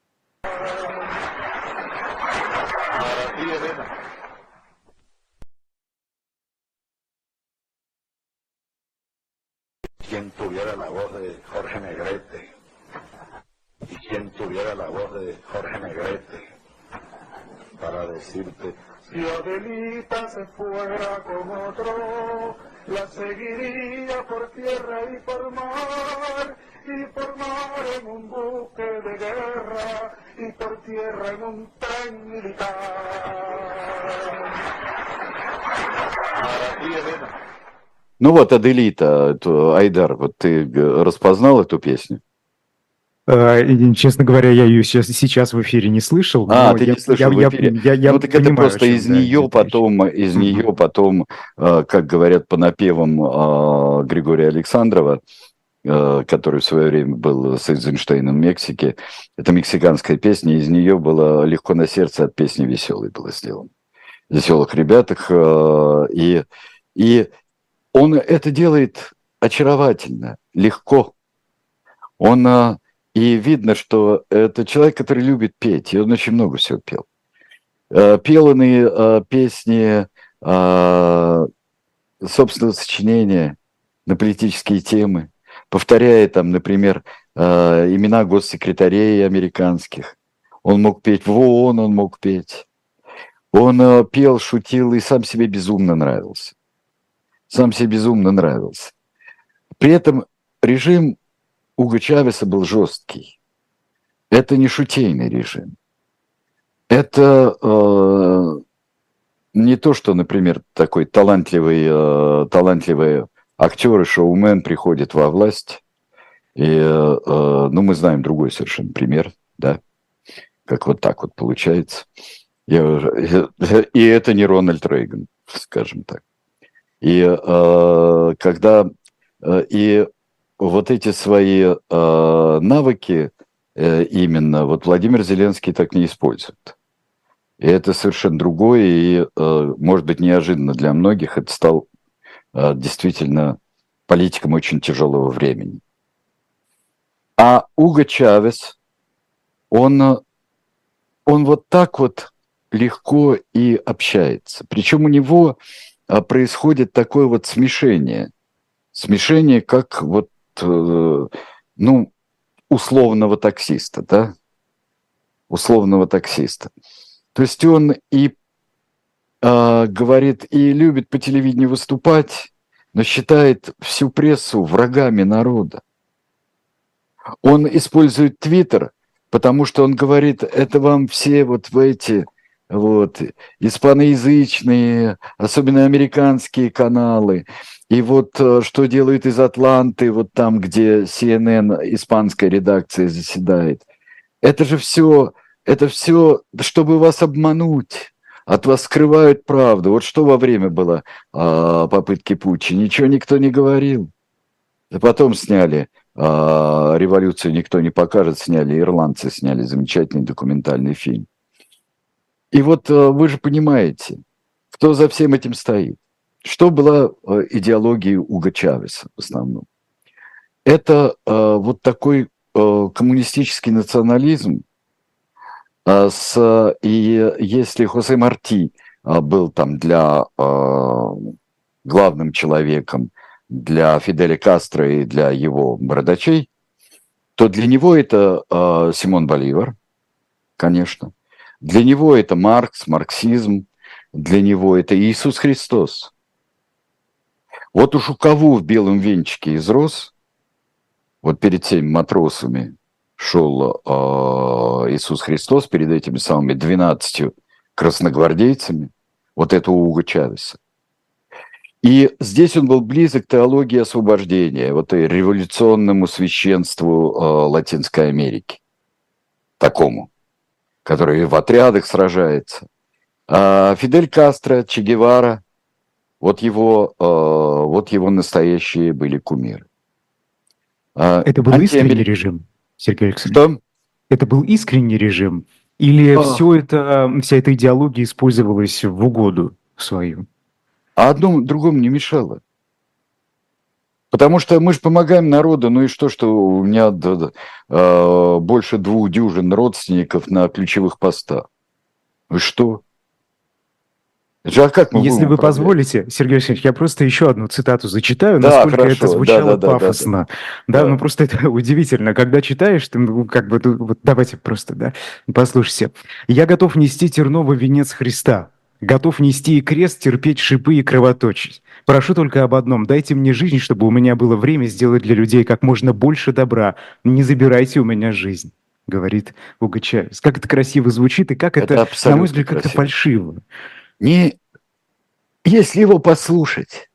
Quien tuviera la voz de Jorge Negrete y quien tuviera la voz de Jorge Negrete para decirte: si Adelita se fuera con otro, la seguiría por tierra y por mar, y por mar en un buque de guerra, y por tierra en un tren militar. Para ti, Elena. Ну вот, Аделита, эту, Айдар, вот ты распознал эту песню? Uh, честно говоря, я ее сейчас, сейчас в эфире не слышал. А, ты я, не слышал я, в эфире. Я, я, ну, так понимаю, это просто из да, нее потом, из mm-hmm. нее потом, как говорят по напевам Григория Александрова, который в свое время был с Эйзенштейном в Мексике, это мексиканская песня, из нее было «Легко на сердце» от песни «Веселый» было сделано. «Веселых ребятах». И, и он это делает очаровательно, легко. Он... И видно, что это человек, который любит петь, и он очень много всего пел. Пел он и песни собственного сочинения на политические темы, повторяя там, например, имена госсекретарей американских. Он мог петь в ООН, он мог петь. Он пел, шутил и сам себе безумно нравился. Сам себе безумно нравился. При этом режим Уго Чавеса был жесткий. Это не шутейный режим. Это э, не то, что, например, такой талантливый, э, талантливый актер и шоумен приходит во власть. И, э, ну, мы знаем другой совершенно пример, да, как вот так вот получается. Я, и это не Рональд Рейган, скажем так. И э, когда... Э, и вот эти свои э, навыки э, именно вот Владимир Зеленский так не использует. И это совершенно другое, и, э, может быть, неожиданно для многих, это стал э, действительно политиком очень тяжелого времени. А Уго Чавес, он, он вот так вот легко и общается. Причем у него э, происходит такое вот смешение. Смешение, как вот ну, условного таксиста, да, условного таксиста. То есть он и э, говорит, и любит по телевидению выступать, но считает всю прессу врагами народа. Он использует Твиттер, потому что он говорит, это вам все вот в эти вот испаноязычные, особенно американские каналы. И вот что делают из Атланты, вот там, где си эн эн, испанская редакция, заседает. Это же все, это все, чтобы вас обмануть. От вас скрывают правду. Вот что во время было а, попытки путча? Ничего никто не говорил. А потом сняли а, «Революцию никто не покажет», сняли, ирландцы сняли замечательный документальный фильм. И вот а, вы же понимаете, кто за всем этим стоит. Что была идеологией Уго Чавеса в основном? Это э, вот такой э, коммунистический национализм. Э, с, и если Хосе Марти э, был там для э, главным человеком для Фиделя Кастро и для его бородачей, то для него это э, Симон Боливар, конечно. Для него это Маркс, марксизм. Для него это Иисус Христос. Вот уж у кого в белом венчике изрос, вот перед теми матросами шел э, Иисус Христос, перед этими самыми двенадцатью красногвардейцами, вот это у Уго Чавеса. И здесь он был близок к теологии освобождения, вот и революционному священству э, Латинской Америки, такому, который в отрядах сражается. А Фидель Кастро, Че Гевара, Вот его, э, вот его настоящие были кумиры. Это был Антиамер... искренний режим, Сергей Александрович? Что? Это был искренний режим? Или А, все это, вся эта идеология использовалась в угоду свою? а одно другому не мешало. Потому что мы же помогаем народу, ну и что, что у меня да, да, э, больше двух дюжин родственников на ключевых постах. И что? Это а как мы Если будем вы управлять? позволите, Сергей Алексеевич, я просто еще одну цитату зачитаю, Да, насколько это хорошо, да, звучало да, да, да, да, пафосно. Да, да. ну просто это удивительно. Когда читаешь, ты ну, как бы, ну, вот давайте просто, да, послушайте. «Я готов нести терновый венец Христа, готов нести и крест, терпеть шипы и кровоточить. Прошу только об одном, дайте мне жизнь, чтобы у меня было время сделать для людей как можно больше добра. Не забирайте у меня жизнь», говорит Уго Чавес. Как это красиво звучит, и как Это это, на мой абсолютно взгляд, как-то красиво. фальшиво. Не, если его послушать,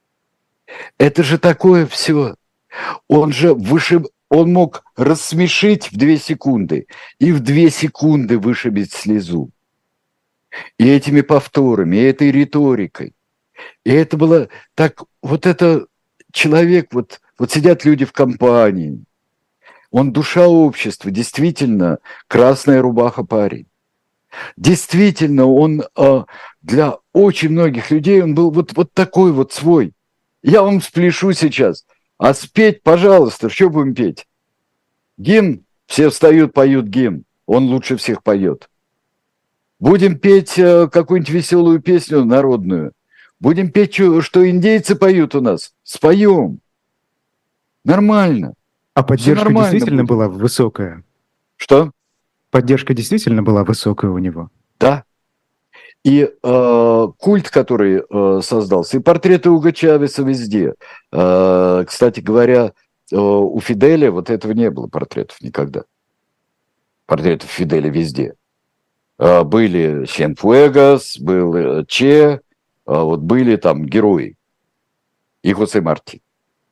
это же такое все. Он же вышиб, он мог рассмешить в две секунды и в две секунды вышибить слезу. И этими повторами, и этой риторикой. И это было так, вот это человек, вот, вот сидят люди в компании, он душа общества, действительно красная рубаха парень. Действительно, он э, для очень многих людей, он был вот, вот такой вот свой. Я вам спляшу сейчас. А спеть, пожалуйста, что будем петь? Гимн, все встают, поют гимн. Он лучше всех поет. Будем петь э, какую-нибудь веселую песню народную. Будем петь, что, что индейцы поют у нас. Споем. Нормально. А Все поддержка нормально действительно будет. была высокая? Что? Поддержка действительно была высокая у него? Да. И э, культ, который э, создался, и портреты Уго Чавеса везде. Э, кстати говоря, э, у Фиделя вот этого не было портретов никогда. Портретов Фиделя везде. Э, были Сиенфуэгос, был э, Че, э, вот были там герои. И Хосе Марти.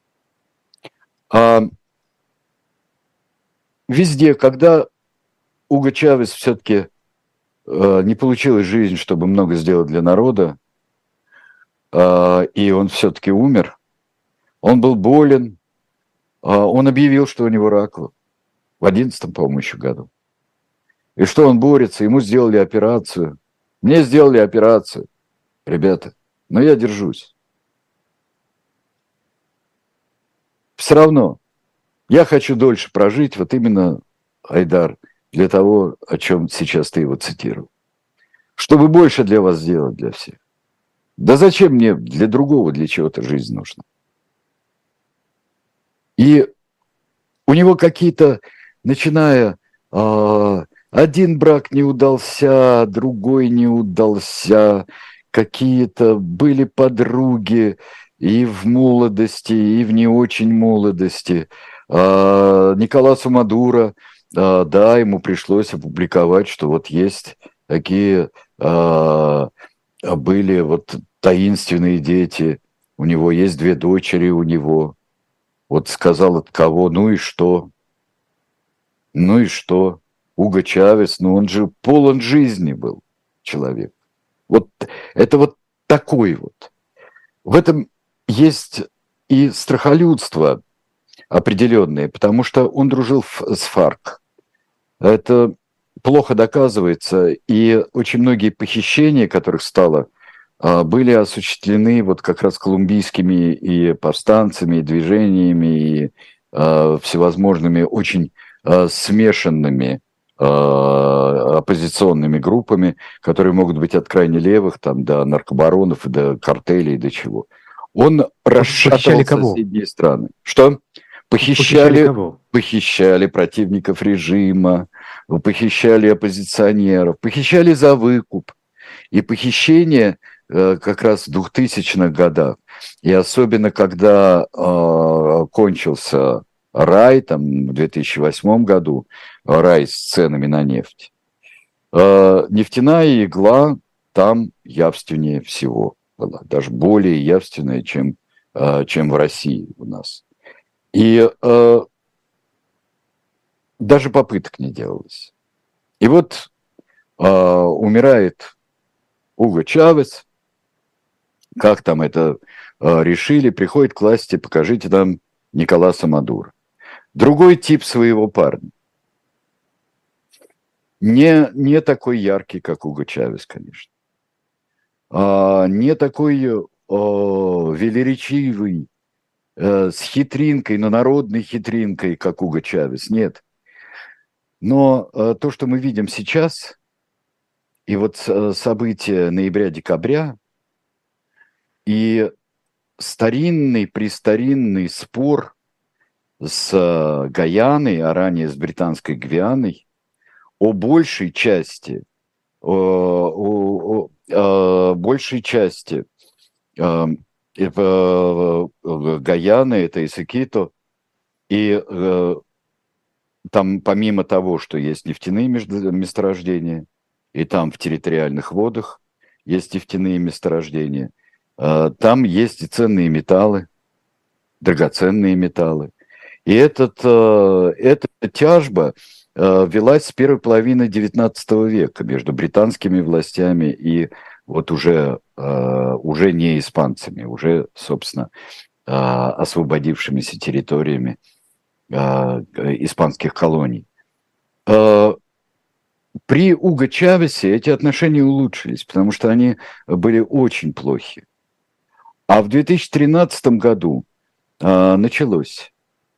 А везде, когда Уго Чавес все-таки э, не получилась жизнь, чтобы много сделать для народа, э, и он все-таки умер, он был болен, э, он объявил, что у него рак в одиннадцатом, по-моему, еще году. И что он борется, ему сделали операцию. Мне сделали операцию, ребята, но я держусь. Все равно я хочу дольше прожить, вот именно, Айдар, для того, о чем сейчас ты его цитировал. Чтобы больше для вас сделать, для всех. Да зачем мне для другого, для чего-то жизнь нужна? И у него какие-то, начиная, э, один брак не удался, другой не удался, какие-то были подруги и в молодости, и в не очень молодости. Э, Николасу Мадуро, э, да, ему пришлось опубликовать, что вот есть такие э, были вот таинственные дети, у него есть две дочери у него. Вот сказал от кого, ну и что? Ну и что? Уго Чавес, ну он же полон жизни был человек. Вот это вот такой вот. В этом есть и страхолюдство определенное, потому что он дружил с ФАРК. Это плохо доказывается, и очень многие похищения, которых стало, были осуществлены вот как раз колумбийскими и повстанцами, и движениями, и э, всевозможными очень э, смешанными э, оппозиционными группами, которые могут быть от крайне левых, там, до наркобаронов, и до картелей, и до чего. Он расшатывал соседние страны. Что? Похищали, похищали кого? Похищали противников режима, похищали оппозиционеров, похищали за выкуп. И похищение как раз в двухтысячных годах, и особенно когда э, кончился рай, там, в две тысячи восьмом году, рай с ценами на нефть, э, нефтяная игла там явственнее всего была, даже более явственная, чем, э, чем в России у нас. И э, даже попыток не делалось. И вот э, умирает Уго Чавес, как там это э, решили, приходит к власти, покажите нам Николаса Мадуро. Другой тип своего парня. Не, не такой яркий, как Уго Чавес, конечно. А, не такой о, велеречивый, э, с хитринкой, но народной хитринкой, как Уго Чавес. Нет. Но э, то, что мы видим сейчас, и вот э, события ноября-декабря, и старинный, престаринный спор с э, Гаяной, а ранее с британской Гвианой, о большей части, о, о, о, о большей части э, э, Гаяны, это Исыкито, и э, там помимо того, что есть нефтяные месторождения, и там в территориальных водах есть нефтяные месторождения, э, там есть и ценные металлы, драгоценные металлы. И этот, э, эта тяжба велась с первой половины девятнадцатого века между британскими властями и вот уже, уже не испанцами, уже, собственно, освободившимися территориями испанских колоний. При Уго Чавесе эти отношения улучшились, потому что они были очень плохи. А в две тысячи тринадцатом году началось.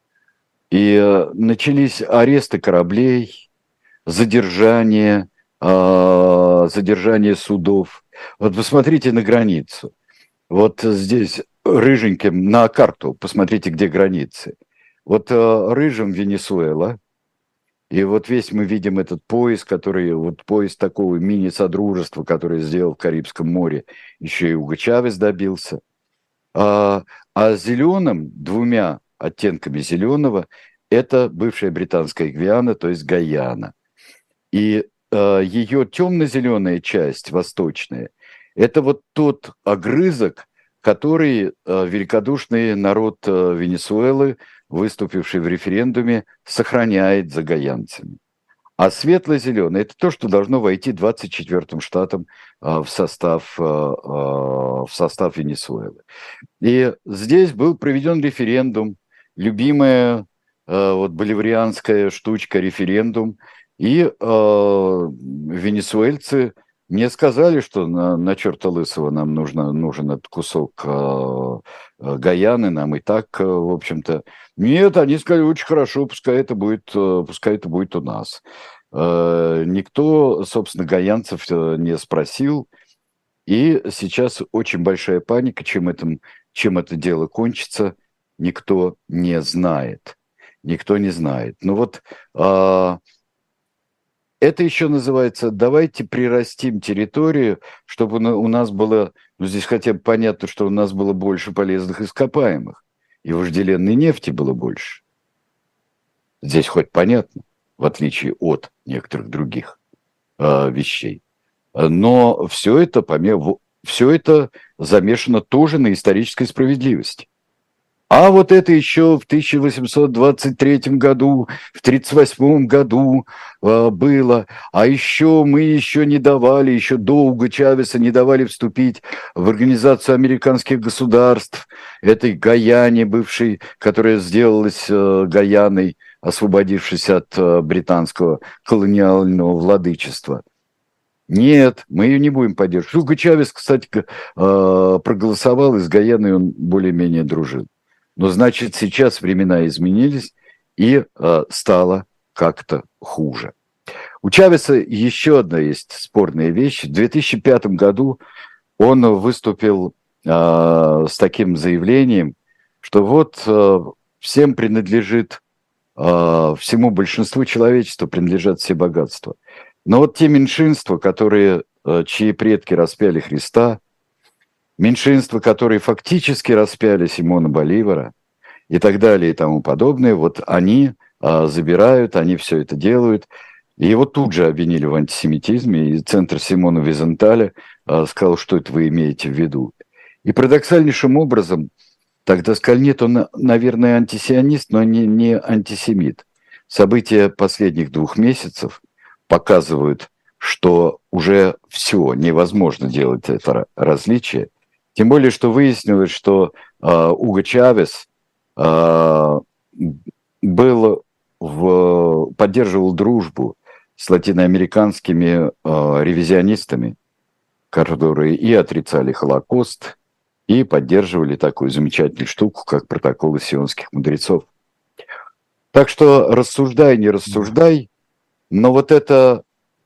И начались аресты кораблей, задержание, э, задержание судов. Вот посмотрите на границу. Вот здесь рыженьким на карту, посмотрите, где границы. Вот э, рыжим Венесуэла. И вот весь мы видим этот пояс, который, вот пояс такого мини-содружества, который сделал в Карибском море. Еще и Уго Чавес добился. А, а зеленым, двумя оттенками зеленого, это бывшая британская Гвиана, то есть Гаяна. И э, ее темно-зеленая часть, восточная, это вот тот огрызок, который э, великодушный народ э, Венесуэлы, выступивший в референдуме, сохраняет за гаянцами. А светло-зеленый – это то, что должно войти двадцать четвёртым штатом э, в, состав, э, э, в состав Венесуэлы. И здесь был проведен референдум, любимая э, вот боливарианская штучка референдум, и э, венесуэльцы не сказали, что на, на черта лысого нам нужно, нужен этот кусок э, Гаяны, нам и так, э, в общем-то. Нет, они сказали, очень хорошо, пускай это будет, э, пускай это будет у нас. Э, никто, собственно, гаянцев не спросил, и сейчас очень большая паника, чем, этом, чем это дело кончится, никто не знает. Никто не знает. Ну вот а, это еще называется «давайте прирастим территорию, чтобы у нас было...» Ну здесь хотя бы понятно, что у нас было больше полезных ископаемых. И вожделенной нефти было больше. Здесь хоть понятно, в отличие от некоторых других а, вещей. Но все это, помимо, все это замешано тоже на исторической справедливости. А вот это еще в тысяча восемьсот двадцать третьем году, в тридцать восьмом году э, было. А еще мы еще не давали, еще до Уго Чавеса не давали вступить в Организацию американских государств, этой Гаяне бывшей, которая сделалась э, Гаяной, освободившись от э, британского колониального владычества. Нет, мы ее не будем поддерживать. Уго Чавес, кстати, э, проголосовал, и с Гаяной он более-менее дружил. Но, значит, сейчас времена изменились, и э, стало как-то хуже. У Чавеса еще одна есть спорная вещь. В две тысячи пятом году он выступил э, с таким заявлением, что вот э, всем принадлежит, э, всему большинству человечества принадлежат все богатства. Но вот те меньшинства, которые, э, чьи предки распяли Христа, меньшинства, которые фактически распяли Симона Боливара и так далее и тому подобное, вот они а, забирают, они все это делают. И его тут же обвинили в антисемитизме, и центр Симона Визенталя а, сказал, что это вы имеете в виду. И парадоксальнейшим образом тогда сказали, нет, он, наверное, антисионист, но не, не антисемит. События последних двух месяцев показывают, что уже все, невозможно делать это различие. Тем более, что выяснилось, что э, Уго Чавес э, был в, поддерживал дружбу с латиноамериканскими э, ревизионистами, которые и отрицали Холокост, и поддерживали такую замечательную штуку, как протоколы сионских мудрецов. Так что рассуждай, не рассуждай, но вот это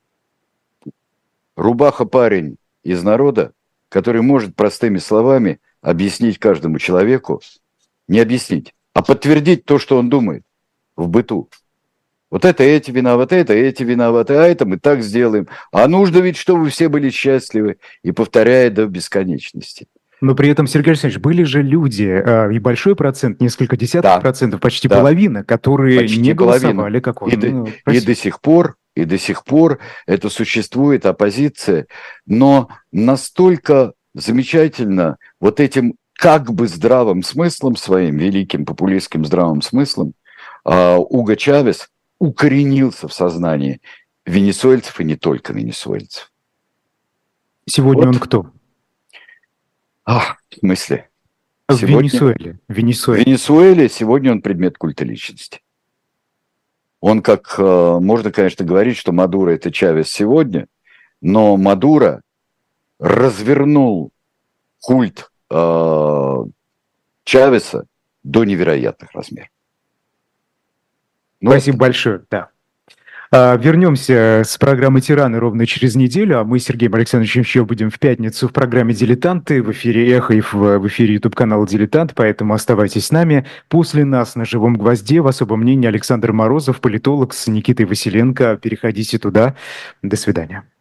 рубаха-парень из народа, который может простыми словами объяснить каждому человеку, не объяснить, а подтвердить то, что он думает в быту. Вот это эти виноваты, это эти виноваты, а это мы так сделаем. А нужно ведь, чтобы все были счастливы. И повторяя до бесконечности. Но при этом, Сергей Александрович, были же люди, э, и большой процент, несколько десятков Да. процентов, почти Да. половина, которые Почти не половина. голосовали, как он. И, до, Ну, и простите. до сих пор, и до сих пор это существует оппозиция, но настолько замечательно вот этим как бы здравым смыслом своим, великим популистским здравым смыслом, э, Уго Чавес укоренился в сознании венесуэльцев и не только венесуэльцев. Сегодня Вот. он кто? Ах, в смысле? В Сегодня- Венесуэле. В В Венесуэле. Венесуэле сегодня он предмет культа личности. Он как, э, можно, конечно, говорить, что Мадуро – это Чавес сегодня, но Мадуро развернул культ э, Чавеса до невероятных размеров. Ну, Спасибо большое. Да. А, вернемся с программы «Тираны» ровно через неделю, а мы с Сергеем Александровичем еще будем в пятницу в программе «Дилетанты», в эфире «Эхо» и в, в эфире YouTube-канала «Дилетант», поэтому оставайтесь с нами. После нас на «Живом гвозде» в особом мнении Александр Морозов, политолог с Никитой Василенко. Переходите туда. До свидания.